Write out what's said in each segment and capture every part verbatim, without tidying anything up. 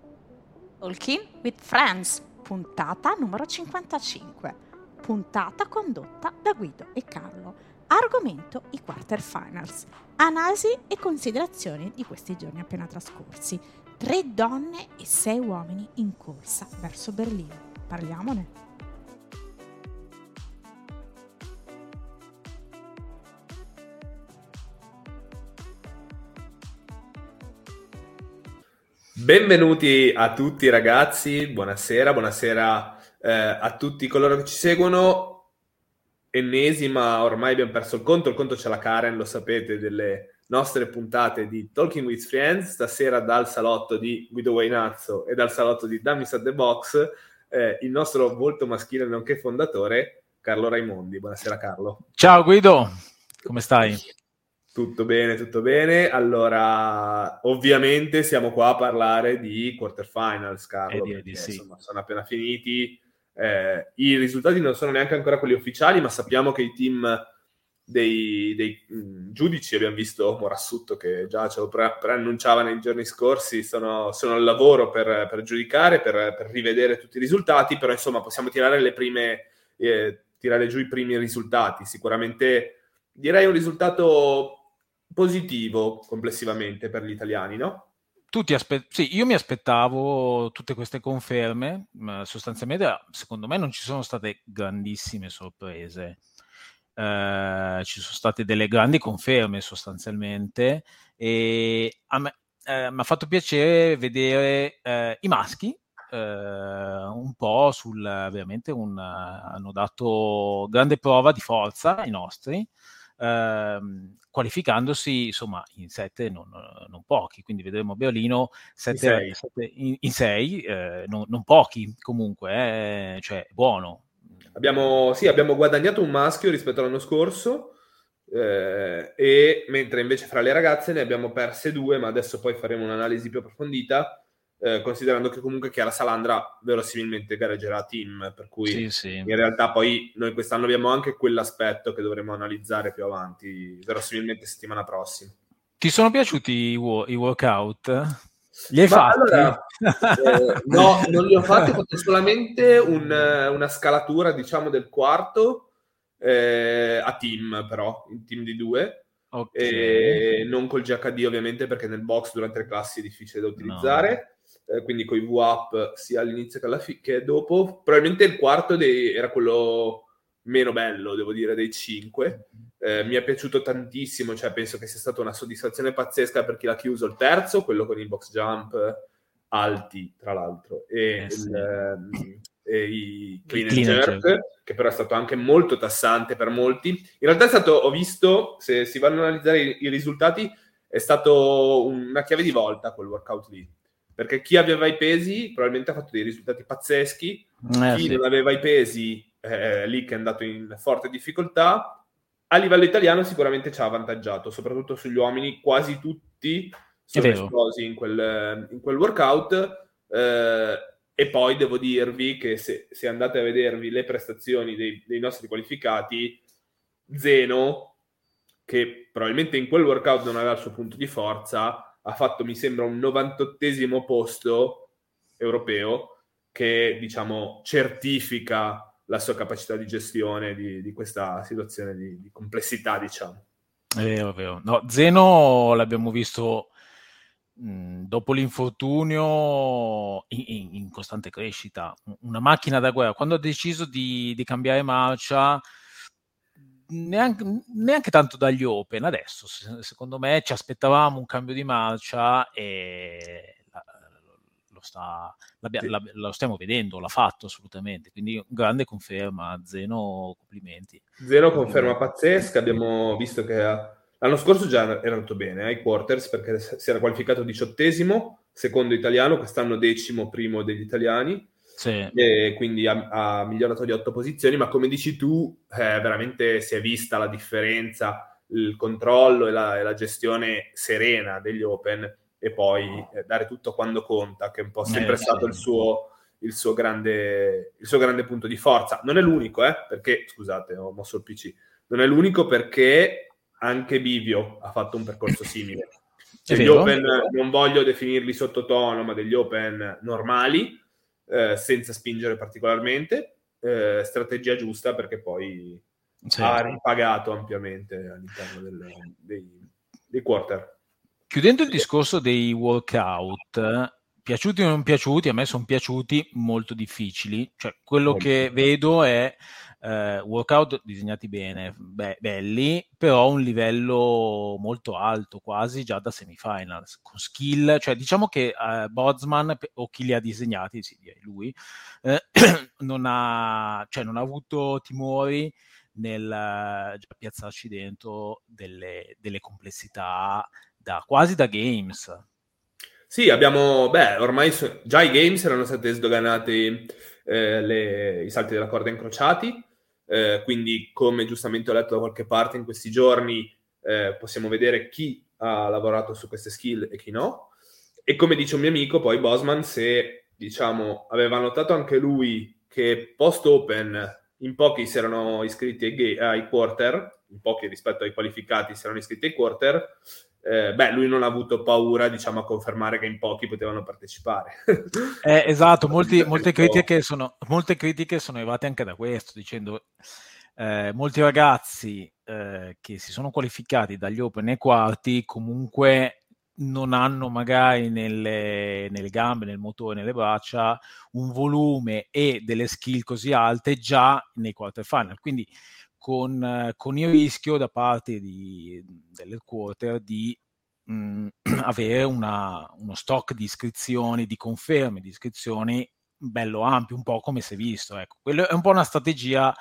Talking with Friends, puntata numero cinquantacinque. Puntata condotta da Guido e Carlo. Argomento i quarterfinals. Analisi e considerazioni di questi giorni appena trascorsi. Tre donne e sei uomini in corsa verso Berlino. Parliamone. Benvenuti a tutti ragazzi, buonasera, buonasera eh, a tutti coloro che ci seguono. Ennesima, ormai abbiamo perso il conto, il conto c'è la Karen, lo sapete, delle nostre puntate di Talking with Friends. Stasera dal salotto di Guido Guainazzo e dal salotto di Dummies at the Box, eh, il nostro volto maschile nonché fondatore, Carlo Raimondi. Buonasera Carlo. Ciao Guido, come stai? Tutto bene, tutto bene. Allora, ovviamente siamo qua a parlare di quarterfinals, Carlo, Eh, perché di sì. insomma sono appena finiti. Eh, i risultati non sono neanche ancora quelli ufficiali, ma sappiamo che i team dei, dei mh, giudici, abbiamo visto Morassutto che già ce lo pre- preannunciava nei giorni scorsi, sono, sono al lavoro per, per giudicare, per, per rivedere tutti i risultati, però insomma possiamo tirare le prime, eh, tirare giù i primi risultati. Sicuramente direi un risultato positivo complessivamente per gli italiani, no? Tu ti aspe- sì, io mi aspettavo tutte queste conferme, ma sostanzialmente secondo me non ci sono state grandissime sorprese. Eh, ci sono state delle grandi conferme sostanzialmente e a me eh, mi ha fatto piacere vedere eh, i maschi eh, un po' sul veramente un, hanno dato grande prova di forza i nostri. Ehm, qualificandosi insomma in sette non, non pochi, quindi vedremo Berlino sette, In sei, sette, in, in sei eh, non, non pochi comunque, eh, cioè buono. abbiamo, sì, abbiamo guadagnato un maschio rispetto all'anno scorso, eh, e mentre invece fra le ragazze ne abbiamo perse due, ma adesso poi faremo un'analisi più approfondita, eh, considerando che comunque Chiara Salandra verosimilmente gareggerà a team, per cui Sì, sì. in realtà poi noi quest'anno abbiamo anche quell'aspetto che dovremo analizzare più avanti, verosimilmente settimana prossima. Ti sono piaciuti i, wo- i workout? Li hai Ma fatti? allora, eh, no, non li ho fatti, ho fatto solamente un, una scalatura, diciamo, del quarto, eh, a team però, in team di due, Ok. e non col G H D ovviamente perché nel box durante le classi è difficile da utilizzare, eh, quindi con i V-Up sia all'inizio che, alla fi- che dopo. Probabilmente il quarto dei- era quello meno bello, devo dire, dei cinque. Eh, mi è piaciuto tantissimo, cioè penso che sia stata una soddisfazione pazzesca per chi l'ha chiuso il terzo, quello con i box jump alti tra l'altro, e, Eh, il, sì. ehm, e i clean, clean and and jerk, jerk. che però è stato anche molto tassante per molti. In realtà è stato, ho visto, se si vanno ad analizzare i, i risultati, è stato una chiave di volta quel workout lì, perché chi aveva i pesi probabilmente ha fatto dei risultati pazzeschi, Eh, chi sì. non aveva i pesi eh, lì che è andato in forte difficoltà. A livello italiano sicuramente ci ha avvantaggiato, soprattutto sugli uomini, quasi tutti sono vero. esplosi in quel, in quel workout, eh, e poi devo dirvi che se, se andate a vedervi le prestazioni dei, dei nostri qualificati, Zeno, che probabilmente in quel workout non aveva il suo punto di forza, ha fatto, mi sembra, un novantottesimo posto europeo, che diciamo certifica la sua capacità di gestione di, di questa situazione di, di complessità, diciamo. È vero, è vero. No, Zeno l'abbiamo visto mh, dopo l'infortunio in, in- in costante crescita, una macchina da guerra. Quando ha deciso di, di cambiare marcia, neanche, neanche tanto dagli Open, adesso se- secondo me ci aspettavamo un cambio di marcia e la- lo, sta, l'abbia- Sì. la- lo stiamo vedendo, l'ha fatto assolutamente, quindi grande conferma, Zeno, complimenti. Zeno conferma pazzesca, abbiamo visto che l'anno scorso già era andato bene ai quarters perché si era qualificato diciottesimo, secondo italiano, quest'anno decimo primo degli italiani, Sì. e quindi ha, ha migliorato di otto posizioni, ma come dici tu, eh, veramente si è vista la differenza, il controllo e la, e la gestione serena degli Open, e poi eh, dare tutto quando conta, che è un po' sempre Eh, stato sì. il suo... Il suo, grande, il suo grande punto di forza. Non è l'unico, eh, perché, scusate, ho mosso il P C, non è l'unico perché anche Bivio ha fatto un percorso simile. Degli open, non voglio definirli sottotono, ma degli open normali, eh, senza spingere particolarmente. Eh, strategia giusta, perché poi sì. ha ripagato ampiamente all'interno del, dei, dei quarter. Chiudendo il discorso dei workout, piaciuti o non piaciuti, a me sono piaciuti, molto difficili. Cioè, quello molto che bello. vedo è eh, workout disegnati bene, be- belli, però a un livello molto alto, quasi già da semifinals, con skill. Cioè, diciamo che eh, Bodsman, o chi li ha disegnati, sì, direi lui, eh, non ha, cioè, non ha avuto timori nel già piazzarci dentro delle, delle complessità da, quasi da games. Sì, abbiamo, beh, ormai so, già i games erano stati sdoganati eh, le, i salti della corda incrociati, eh, quindi come giustamente ho letto da qualche parte in questi giorni eh, possiamo vedere chi ha lavorato su queste skill e chi no. E come dice un mio amico, poi Bosman, se diciamo aveva notato anche lui che post-open in pochi si erano iscritti ai, ga- ai quarter, in pochi rispetto ai qualificati si erano iscritti ai quarter, eh, beh, lui non ha avuto paura, diciamo, a confermare che in pochi potevano partecipare. Eh, esatto, molti, molte, critiche sono, molte critiche sono arrivate anche da questo, dicendo eh, molti ragazzi eh, che si sono qualificati dagli open ai quarti comunque non hanno magari nelle, nelle gambe, nel motore, nelle braccia un volume e delle skill così alte già nei quarter final, quindi con, con il rischio da parte di, delle quarter di mh, avere una, uno stock di iscrizioni, di conferme di iscrizioni bello ampio, un po' come si è visto. Ecco. Quello è un po' una strategia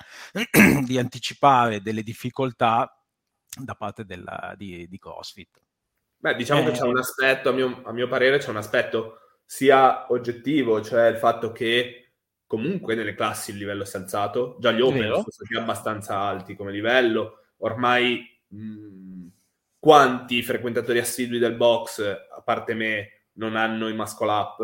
di anticipare delle difficoltà da parte della, di, di CrossFit. Beh, diciamo eh, che c'è un aspetto, a mio, a mio parere, c'è un aspetto sia oggettivo, cioè il fatto che comunque nelle classi il livello si è alzato, già gli open sono stati abbastanza alti come livello, ormai mh, quanti frequentatori assidui del box, a parte me, non hanno i muscle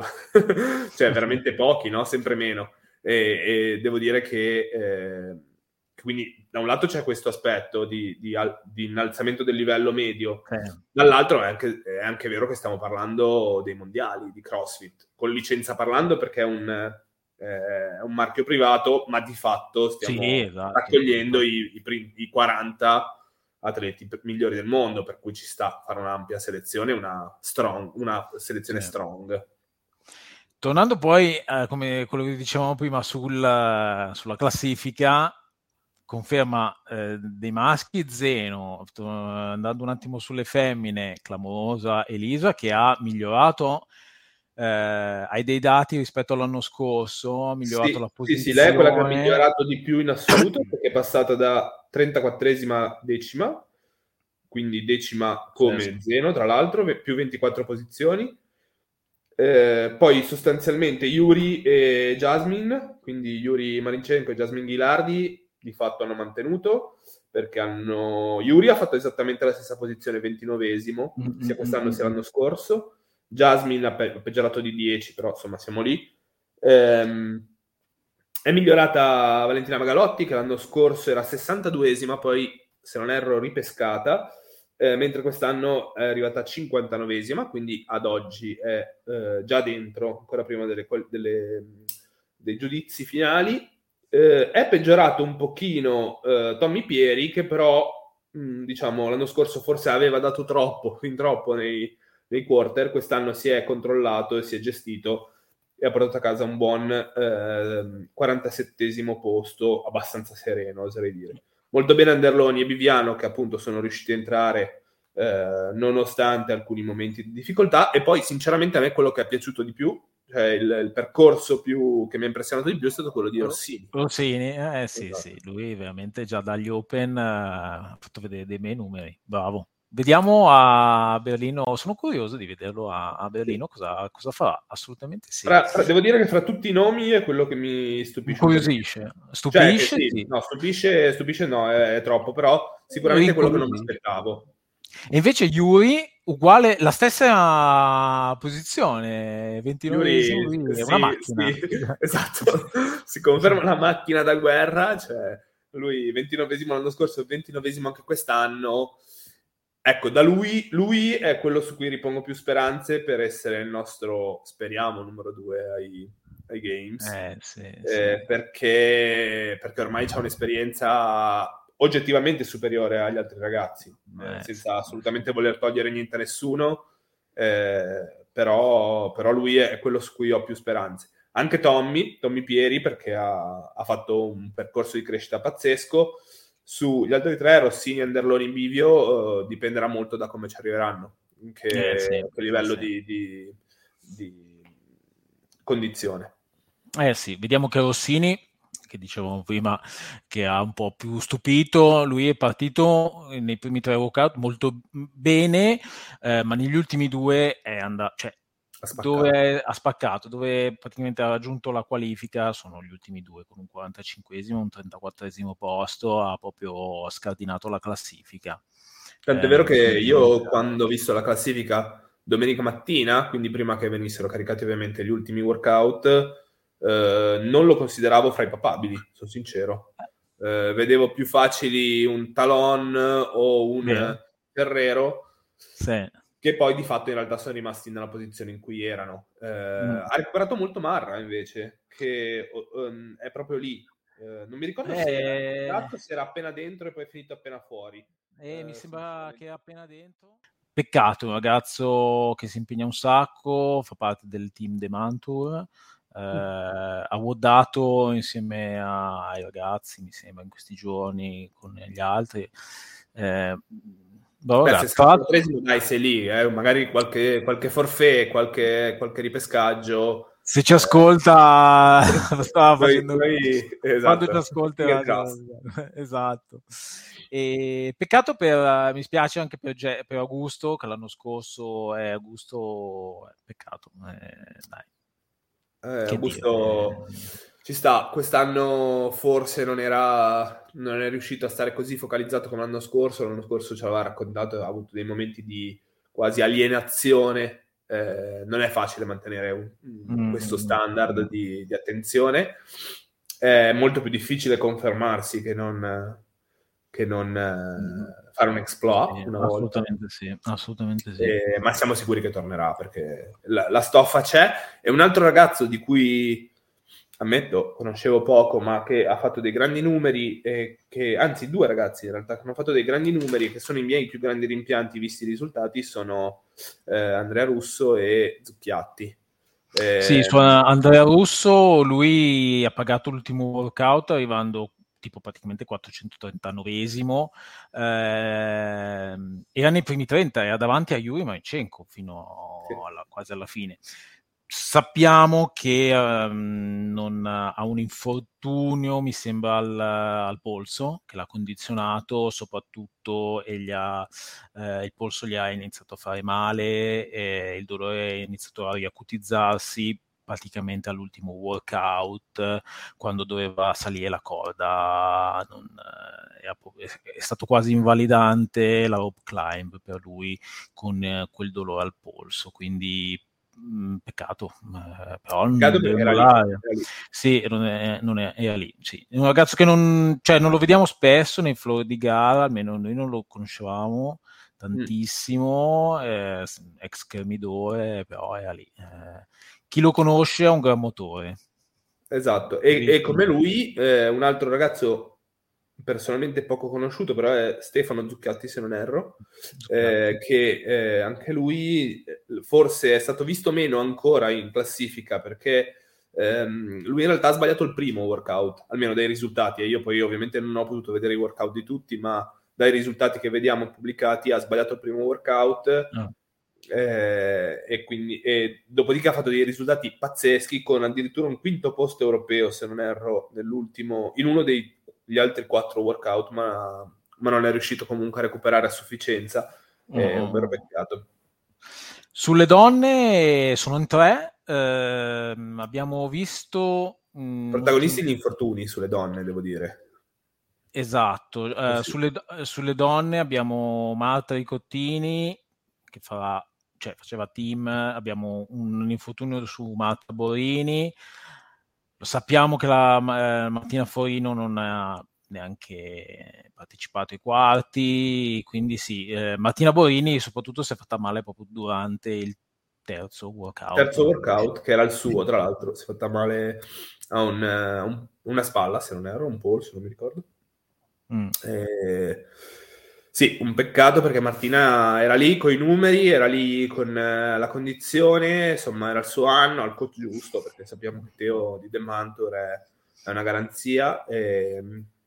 up? Cioè veramente pochi, no? Sempre meno. E, e devo dire che eh, quindi da un lato c'è questo aspetto di, di, di innalzamento del livello medio, eh. dall'altro è anche, è anche vero che stiamo parlando dei mondiali di CrossFit, con licenza parlando perché è un, eh, è un marchio privato, ma di fatto stiamo sì, esatto, raccogliendo esatto. I, i, i quaranta atleti migliori del mondo, per cui ci sta a fare un'ampia selezione, una, strong, una selezione sì. strong. Tornando poi, eh, come quello che dicevamo prima, sul, sulla classifica, conferma eh, dei maschi Zeno, andando un attimo sulle femmine, clamorosa Elisa, che ha migliorato, eh, hai dei dati rispetto all'anno scorso, ha migliorato sì, la posizione. Sì, sì, lei è quella che ha migliorato di più in assoluto, perché è passata da trentaquattresima decima, quindi decima come sì, sì. Zeno, tra l'altro, più ventiquattro posizioni. Eh, poi sostanzialmente Yuri e Jasmine, quindi Yuri Marinchenko e Jasmine Ghilardi di fatto hanno mantenuto, perché hanno Yuri ha fatto esattamente la stessa posizione, ventinovesimo, mm-hmm. sia quest'anno sia l'anno scorso. Jasmine ha, pe- ha peggiorato di dieci, però insomma siamo lì. Ehm, è migliorata Valentina Magalotti, che l'anno scorso era sessantaduesima, poi se non erro ripescata. Eh, mentre quest'anno è arrivata a cinquantanovesima, quindi ad oggi è eh, già dentro, ancora prima delle, delle, dei giudizi finali. Eh, è peggiorato un pochino eh, Tommy Pieri, che però mh, diciamo l'anno scorso forse aveva dato troppo, fin troppo nei, nei quarter, quest'anno si è controllato e si è gestito e ha portato a casa un buon eh, quarantasettesimo posto, abbastanza sereno, oserei dire. Molto bene Anderloni e Viviano, che appunto sono riusciti a entrare eh, nonostante alcuni momenti di difficoltà. E poi sinceramente a me quello che è piaciuto di più, cioè il, il percorso più che mi ha impressionato di più, è stato quello di Rossini. Rossini, eh sì, esatto. Sì, lui veramente già dagli Open uh, ha fatto vedere dei bei numeri, bravo. Vediamo a Berlino, sono curioso di vederlo a, a Berlino, sì. cosa, cosa farà, assolutamente sì. Fra, fra, devo dire che fra tutti i nomi è quello che mi stupisce. Incuriosisce, stupisce? Cioè, sì, sì. No, stupisce, stupisce no, è, è troppo, però sicuramente è quello che non mi aspettavo. E invece Yuri, uguale, la stessa posizione, ventinovesimo, Yuri, è sì, una macchina. Sì, esatto, si conferma una macchina da guerra, cioè lui ventinovesimo l'anno scorso, ventinovesimo anche quest'anno. ecco, da lui, lui è quello su cui ripongo più speranze per essere il nostro, speriamo, numero due ai, ai Games, eh, sì, eh, sì. Perché, perché ormai c'ha un'esperienza oggettivamente superiore agli altri ragazzi, eh, Eh, senza sì, assolutamente sì. voler togliere niente a nessuno, eh, però, però lui è quello su cui ho più speranze. Anche Tommy, Tommy Pieri, perché ha, ha fatto un percorso di crescita pazzesco. Sugli altri tre, Rossini, Anderloni in Bivio, eh, dipenderà molto da come ci arriveranno, in che, Eh, sì, che livello sì. di, di, di condizione. Eh sì, vediamo che Rossini, che dicevamo prima, che ha un po' più stupito, lui è partito nei primi tre workout molto bene, eh, ma negli ultimi due è andato, cioè, Ha spaccato. dove ha spaccato, dove praticamente ha raggiunto la qualifica, sono gli ultimi due, con un quarantacinquesimo e un trentaquattresimo posto, ha proprio scardinato la classifica. Tant'è Eh, vero negli che ultimi due io, workout. quando ho visto la classifica domenica mattina, quindi prima che venissero caricati ovviamente gli ultimi workout, eh, non lo consideravo fra i papabili, sono sincero. Eh, vedevo più facili un Talon o un Vero? Ferrero, Sì. che poi di fatto in realtà sono rimasti nella posizione in cui erano. Eh, Mm. Ha recuperato molto Marra invece, che um, è proprio lì. Eh, non mi ricordo Eh, se era entrato, se era appena dentro e poi è finito appena fuori. Eh, mi Eh, sembra che è appena dentro. Peccato, un ragazzo che si impegna un sacco, fa parte del team The Mantour, eh, ha votato insieme a- ai ragazzi, mi sembra, in questi giorni con gli altri. Eh, bravo Beh, ragazzo. se Tra scappa il l'altro- tredicesimo, dai, sei lì, eh, magari qualche, qualche forfait, qualche, qualche ripescaggio. Se ci eh, ascolta, stava noi, facendo noi- quando ci esatto, finger ascolterà, crossed. esatto. E peccato per, mi spiace anche per, Ge- per Augusto, che l'anno scorso è Augusto, eh, peccato, eh, dai, Eh, che dire. Augusto ci sta, quest'anno forse non era, non è riuscito a stare così focalizzato come l'anno scorso, l'anno scorso ci aveva raccontato, ha avuto dei momenti di quasi alienazione, eh, non è facile mantenere un- un- questo Mm, standard di, di attenzione, è molto più difficile confermarsi che non, che non mm, eh, fare un exploit sì, una volta. assolutamente sì, assolutamente sì. Eh, ma siamo sicuri che tornerà perché la, la stoffa c'è. E un altro ragazzo di cui ammetto conoscevo poco, ma che ha fatto dei grandi numeri, e che, anzi due ragazzi in realtà che hanno fatto dei grandi numeri, che sono i miei più grandi rimpianti visti i risultati, sono eh, Andrea Russo e Zucchiatti. Sì, Eh, su Andrea Russo, lui ha pagato l'ultimo workout arrivando tipo praticamente quattrocentotrentanovesimo, ehm, era nei primi trenta, era davanti a Yuri Marchenko fino alla, quasi alla fine. Sappiamo che ehm, non ha un infortunio, mi sembra, al, al polso, che l'ha condizionato soprattutto e gli ha, eh, il polso gli ha iniziato a fare male e il dolore è iniziato a riacutizzarsi praticamente all'ultimo workout, quando doveva salire la corda. Non, eh, è, è stato quasi invalidante la rope climb per lui con eh, quel dolore al polso, quindi mh, peccato, eh, però Peccato non deve perché era lì, mollare. era lì. Sì, non è, non è, era lì, sì. È un ragazzo che non, cioè, non lo vediamo spesso nei floor di gara, almeno noi non lo conoscevamo Mm. tantissimo, eh, ex Kermidore, però era lì. Eh, chi lo conosce ha un gran motore. Esatto, e, e come lui, eh, un altro ragazzo personalmente poco conosciuto, però è Stefano Zuccatti, se non erro, eh, che eh, anche lui forse è stato visto meno ancora in classifica, perché ehm, lui in realtà ha sbagliato il primo workout, almeno dai risultati, e io poi ovviamente non ho potuto vedere i workout di tutti, ma dai risultati che vediamo pubblicati ha sbagliato il primo workout. Ah. Eh, e quindi e dopodiché ha fatto dei risultati pazzeschi con addirittura un quinto posto europeo, se non erro, nell'ultimo, in uno degli altri quattro workout, ma, ma non è riuscito comunque a recuperare a sufficienza. È un vero peccato. Sulle donne sono in tre, ehm, abbiamo visto mh, Protagonisti ultim- gli infortuni sulle donne, devo dire. esatto, eh, Sì. sulle, sulle donne abbiamo Marta Ricottini che farà, cioè, faceva team, abbiamo un infortunio su Marta Borini, lo sappiamo che la eh, Martina Forino non ha, neanche partecipato ai quarti, quindi sì, eh, Martina Borini soprattutto si è fatta male proprio durante il terzo workout. Terzo workout, che era il suo, tra l'altro, si è fatta male a un, un, una spalla, se non erro, un polso, non mi ricordo. Mm. Eh, sì, un peccato perché Martina era lì con i numeri, era lì con eh, la condizione, insomma era il suo anno, al coach giusto, perché sappiamo che Teo di The Mantor è, è una garanzia, e,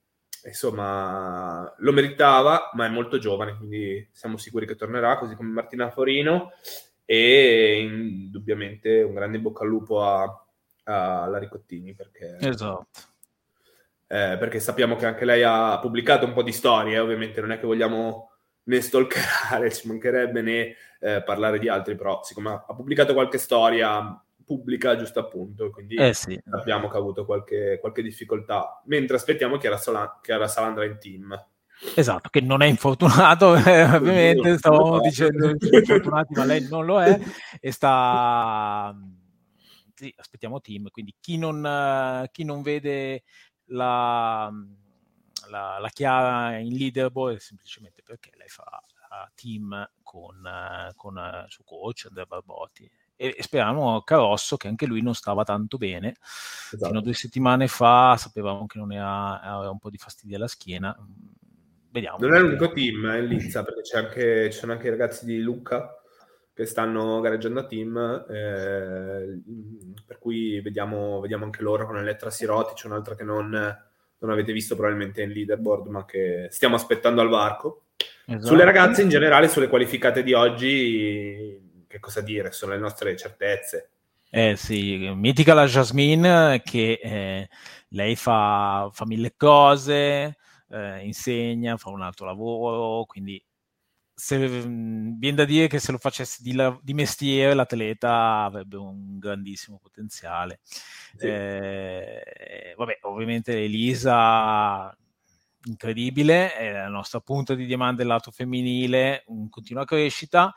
insomma lo meritava, ma è molto giovane, quindi siamo sicuri che tornerà, così come Martina Forino, e indubbiamente un grande in bocca al lupo a, a la Ricottini, perché... Esatto. Eh, perché sappiamo che anche lei ha pubblicato un po' di storie, eh, ovviamente non è che vogliamo né stalkerare, ci mancherebbe, né eh, parlare di altri, però siccome ha pubblicato qualche storia pubblica, giusto appunto, quindi eh sì. sappiamo che ha avuto qualche, qualche difficoltà, mentre aspettiamo Chiara, Sola- Chiara Salandra in team. Esatto, che non è infortunato, eh, ovviamente, stavamo dicendo infortunati, ma lei non lo è, e sta... Sì, aspettiamo team, quindi chi non, chi non vede la, la, la Chiara in leaderboard è semplicemente perché lei fa team con, con il suo coach Andrea Barbotti, e, e speriamo Carosso, che anche lui non stava tanto bene. Esatto. Fino a due settimane fa sapevamo che non era, aveva un po' di fastidio alla schiena. Vediamo. Non è l'unico team è in Lizza, perché c'è anche, ci sono anche i ragazzi di Lucca che stanno gareggiando a team, eh, per cui vediamo, vediamo anche loro con Elettra Siroti. C'è un'altra che non, non avete visto probabilmente in leaderboard, ma che stiamo aspettando al varco. Esatto. Sulle ragazze in generale, sulle qualificate di oggi, che cosa dire? Sono le nostre certezze. Eh sì, mitica la Jasmine, che eh, lei fa, fa mille cose, eh, insegna, fa un altro lavoro, quindi se, viene da dire che se lo facesse di, la, di mestiere l'atleta avrebbe un grandissimo potenziale. Sì. Eh, vabbè, ovviamente Elisa, incredibile, è la nostra punta di diamante del lato femminile, in continua crescita.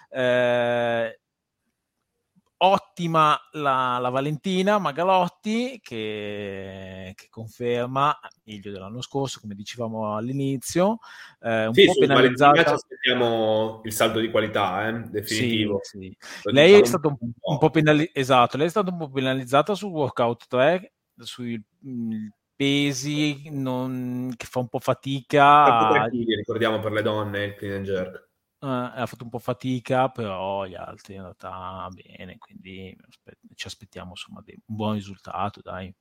Eh, ottima la, la Valentina Magalotti, che, che conferma meglio dell'anno scorso, come dicevamo all'inizio, eh, un sì, po' penalizzata. Ci aspettiamo il salto di qualità, eh, definitivo. Sì, sì. Lei è stata un, un po' penalizzata, esatto, lei è stata un po' penalizzata sul workout tre, sui mh, pesi, non, che fa un po' fatica. Tranquilli, ricordiamo per le donne il clean and jerk. Uh, ha fatto un po' fatica, però gli altri in realtà bene, quindi ci aspettiamo insomma un buon risultato, dai.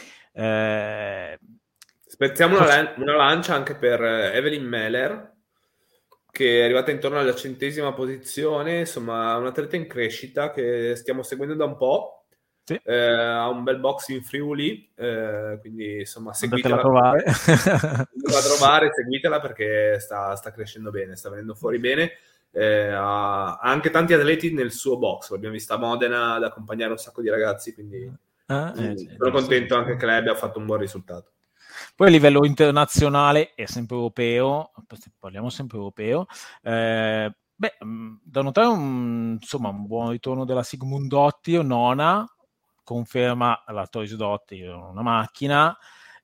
Eh, Spezziamo una, lan- una lancia anche per Evelyn Meller, che è arrivata intorno alla centesima posizione, insomma un atleta in crescita che stiamo seguendo da un po'. Sì. Eh, ha un bel box in Friuli, eh, quindi insomma seguitela. Trovare. a trovare, seguitela perché sta, sta crescendo bene, sta venendo fuori bene. Eh, ha, ha anche tanti atleti nel suo box, l'abbiamo vista a Modena ad accompagnare un sacco di ragazzi, quindi ah, eh, sì, sono contento anche che lei abbia fatto un buon risultato. Poi a livello internazionale è sempre europeo, parliamo sempre europeo, eh, beh, da notare un, insomma, un buon ritorno della Sigmundotti, nona, conferma la Toys Dotti, una macchina,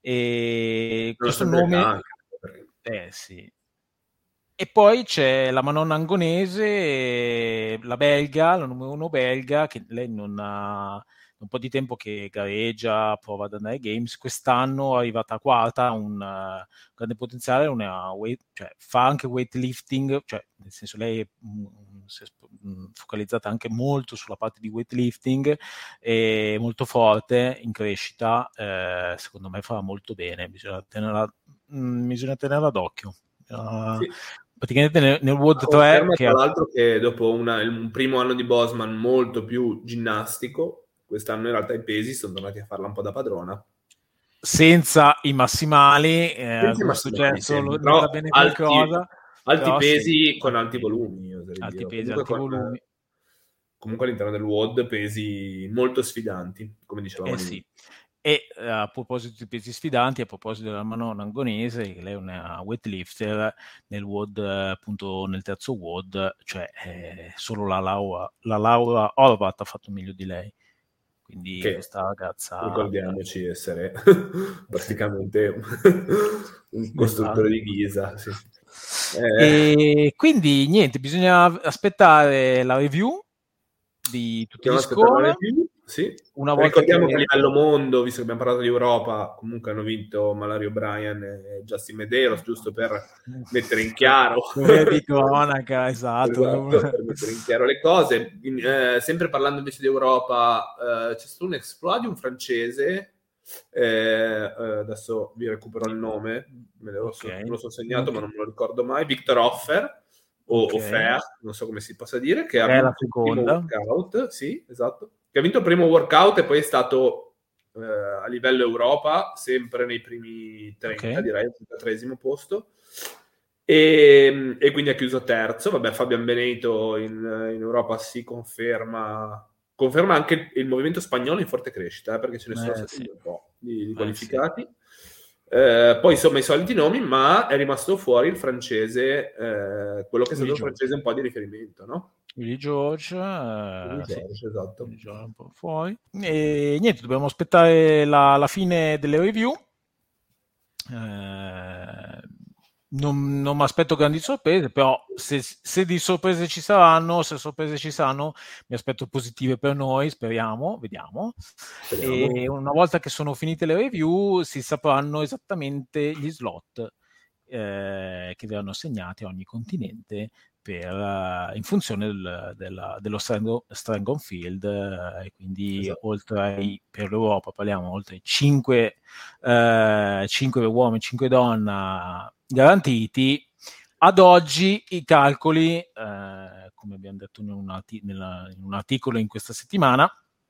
e questo nome... Anche. Eh sì. E poi c'è la Manon Angonese, la belga, la numero uno belga, che lei non ha un po' di tempo che gareggia, prova ad andare ai Games. Quest'anno è arrivata quarta, ha un uh, grande potenziale, una weight, cioè, fa anche weightlifting, cioè nel senso lei è um, si è um, focalizzata anche molto sulla parte di weightlifting, è molto forte, in crescita, eh, secondo me fa molto bene, bisogna tenerla, mh, bisogna tenerla d'occhio. Uh, sì. Praticamente nel, nel World tre, che tra l'altro che dopo una, un primo anno di Bosman molto più ginnastico, quest'anno in realtà i pesi sono tornati a farla un po' da padrona. Senza i massimali, eh, Senza questo gesto lo nota bene alti, qualcosa. Alti però pesi sì, con alti volumi. Alti dire. pesi, comunque alti con, volumi. Comunque all'interno del W O D pesi molto sfidanti, come dicevamo. Eh sì. E uh, a proposito di pesi sfidanti, a proposito della Manon Angonese, che lei è una weightlifter, nel W O D, appunto nel terzo W O D, cioè eh, solo la Laura, la Laura Horvath ha fatto meglio di lei. quindi che questa ragazza... ricordiamoci essere praticamente un, un costruttore esatto. di ghisa, sì. eh. E quindi niente, bisogna aspettare la review di tutti Dobbiamo gli aspettare score. la review, sì. Una volta Ricordiamo che... che... che a livello mondo, visto che abbiamo parlato di Europa, comunque hanno vinto Malario O'Brien e Justin Medeiros, giusto per mettere in chiaro di cronaca, esatto. esatto, per mettere in chiaro le cose. Eh, sempre parlando invece di Europa, eh, c'è stato un exploit di un francese, eh, eh, adesso vi recupero il nome, me lo, Okay. so, me lo so segnato ma non me lo ricordo mai, Victor Hoffer o Okay. Offer, non so come si possa dire, che È ha vinto la il primo seconda. workout, sì, esatto, che ha vinto il primo workout e poi è stato eh, a livello Europa sempre nei primi trenta, Okay. direi, al trentatreesimo posto. E, e quindi ha chiuso terzo. Vabbè, Fabian Benito in, in Europa si conferma conferma anche il movimento spagnolo in forte crescita, eh, perché ce ne sono Eh, stati sì. un po' di, di Eh, qualificati. Eh, poi insomma i soliti nomi, ma è rimasto fuori il francese, eh, quello che è stato Willy il George. francese un po' di riferimento, no? Willy George, eh, Willy sì. George, esatto. Willy George un po' fuori. E niente, dobbiamo aspettare la, la fine delle review. Eh, non, non mi aspetto grandi sorprese, però se, se di sorprese ci saranno, se sorprese ci saranno, mi aspetto positive per noi, speriamo, vediamo. Speriamo. E una volta che sono finite le review si sapranno esattamente gli slot eh, che verranno assegnati a ogni continente per, uh, in funzione del, della, dello strength on field, uh, e quindi esatto. Oltre ai, per l'Europa parliamo oltre ai cinque uomini, cinque donne garantiti. Ad oggi i calcoli, uh, come abbiamo detto in un, arti- nella, in un articolo in questa settimana,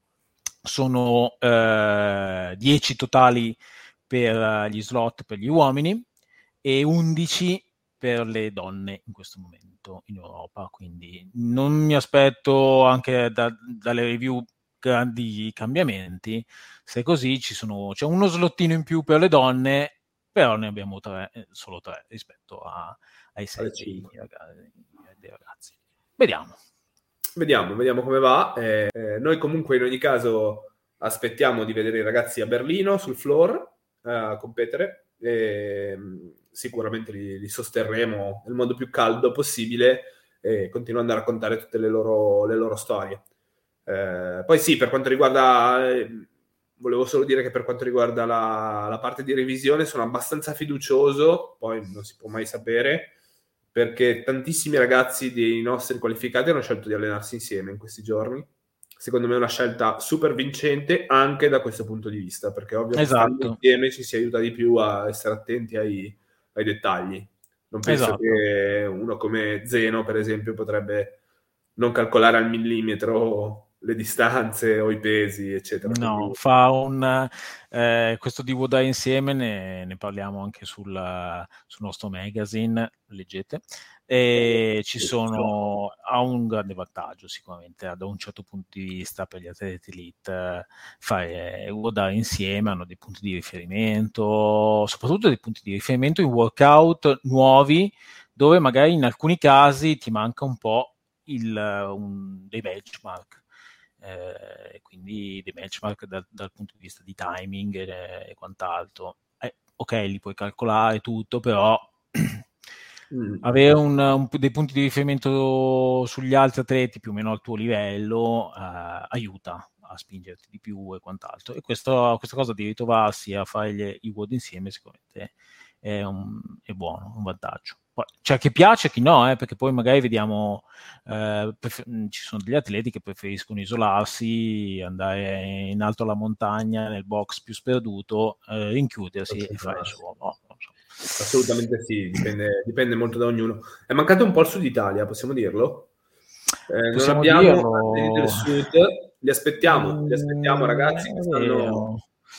sono uh, dieci totali per gli slot per gli uomini e undici per le donne in questo momento in Europa, quindi non mi aspetto anche da, dalle review grandi cambiamenti. Se così ci sono, c'è uno slottino in più per le donne, però ne abbiamo tre, solo tre rispetto a, ai sei dei, dei ragazzi. Vediamo. Vediamo, vediamo come va. Eh, eh, noi comunque in ogni caso aspettiamo di vedere i ragazzi a Berlino sul floor eh, a competere. E, sicuramente li, li sosterremo nel modo più caldo possibile e continuando a raccontare tutte le loro, le loro storie. Eh, poi sì, per quanto riguarda, eh, volevo solo dire che per quanto riguarda la, la parte di revisione sono abbastanza fiducioso, poi non si può mai sapere, perché tantissimi ragazzi dei nostri qualificati hanno scelto di allenarsi insieme in questi giorni. Secondo me è una scelta super vincente anche da questo punto di vista, perché ovvio che esatto. stando insieme ci si aiuta di più a essere attenti ai, ai dettagli. Non penso esatto. che uno come Zeno, per esempio, potrebbe non calcolare al millimetro le distanze o i pesi, eccetera. No, Quindi... fa un eh, questo di Vodare insieme, ne, ne parliamo anche sul, sul nostro magazine, leggete, e ci sono, ha un grande vantaggio sicuramente da un certo punto di vista per gli atleti elite, fare Vodare insieme, hanno dei punti di riferimento, soprattutto dei punti di riferimento in workout nuovi, dove magari in alcuni casi ti manca un po' il, un, dei benchmark. Eh, quindi dei benchmark dal, dal punto di vista di timing e, e quant'altro. Eh, ok, li puoi calcolare tutto, però mm. avere un, un, dei punti di riferimento sugli altri atleti più o meno al tuo livello eh, aiuta a spingerti di più e quant'altro. E questo, questa cosa di ritrovarsi a fare gli, i WOD insieme sicuramente è, un, è buono, un vantaggio. Poi, c'è chi piace, chi no, eh, perché poi magari vediamo eh, prefer- ci sono degli atleti che preferiscono isolarsi, andare in alto alla montagna, nel box più sperduto, eh, rinchiudersi e fare il suo. No, non so. Assolutamente sì, dipende, dipende molto da ognuno. È mancato un po' il Sud Italia, possiamo dirlo? Eh, non abbiamo atleti del Sud, li aspettiamo, li aspettiamo ragazzi che stanno...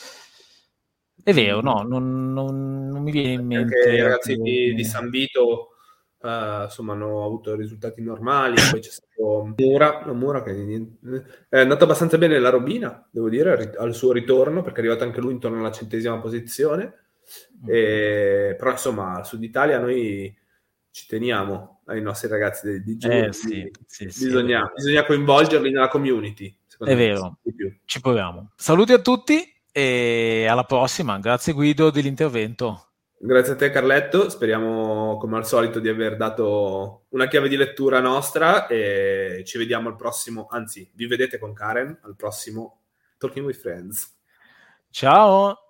È vero, no, non, non, non mi viene in mente. Anche i ragazzi di, di San Vito uh, insomma hanno avuto risultati normali. Poi c'è stato Mura, Mura che è andato abbastanza bene la Robina, devo dire, al suo ritorno, perché è arrivato anche lui intorno alla centesima posizione. E, però insomma al Sud Italia noi ci teniamo ai nostri ragazzi di, di giù. Eh, sì, sì, bisogna, sì, bisogna coinvolgerli nella community. È vero, di più. Ci proviamo. Saluti a tutti e alla prossima. Grazie Guido dell'intervento. Grazie a te Carletto, speriamo come al solito di aver dato una chiave di lettura nostra e ci vediamo al prossimo, anzi vi vedete con Karen al prossimo Talking with Friends. Ciao!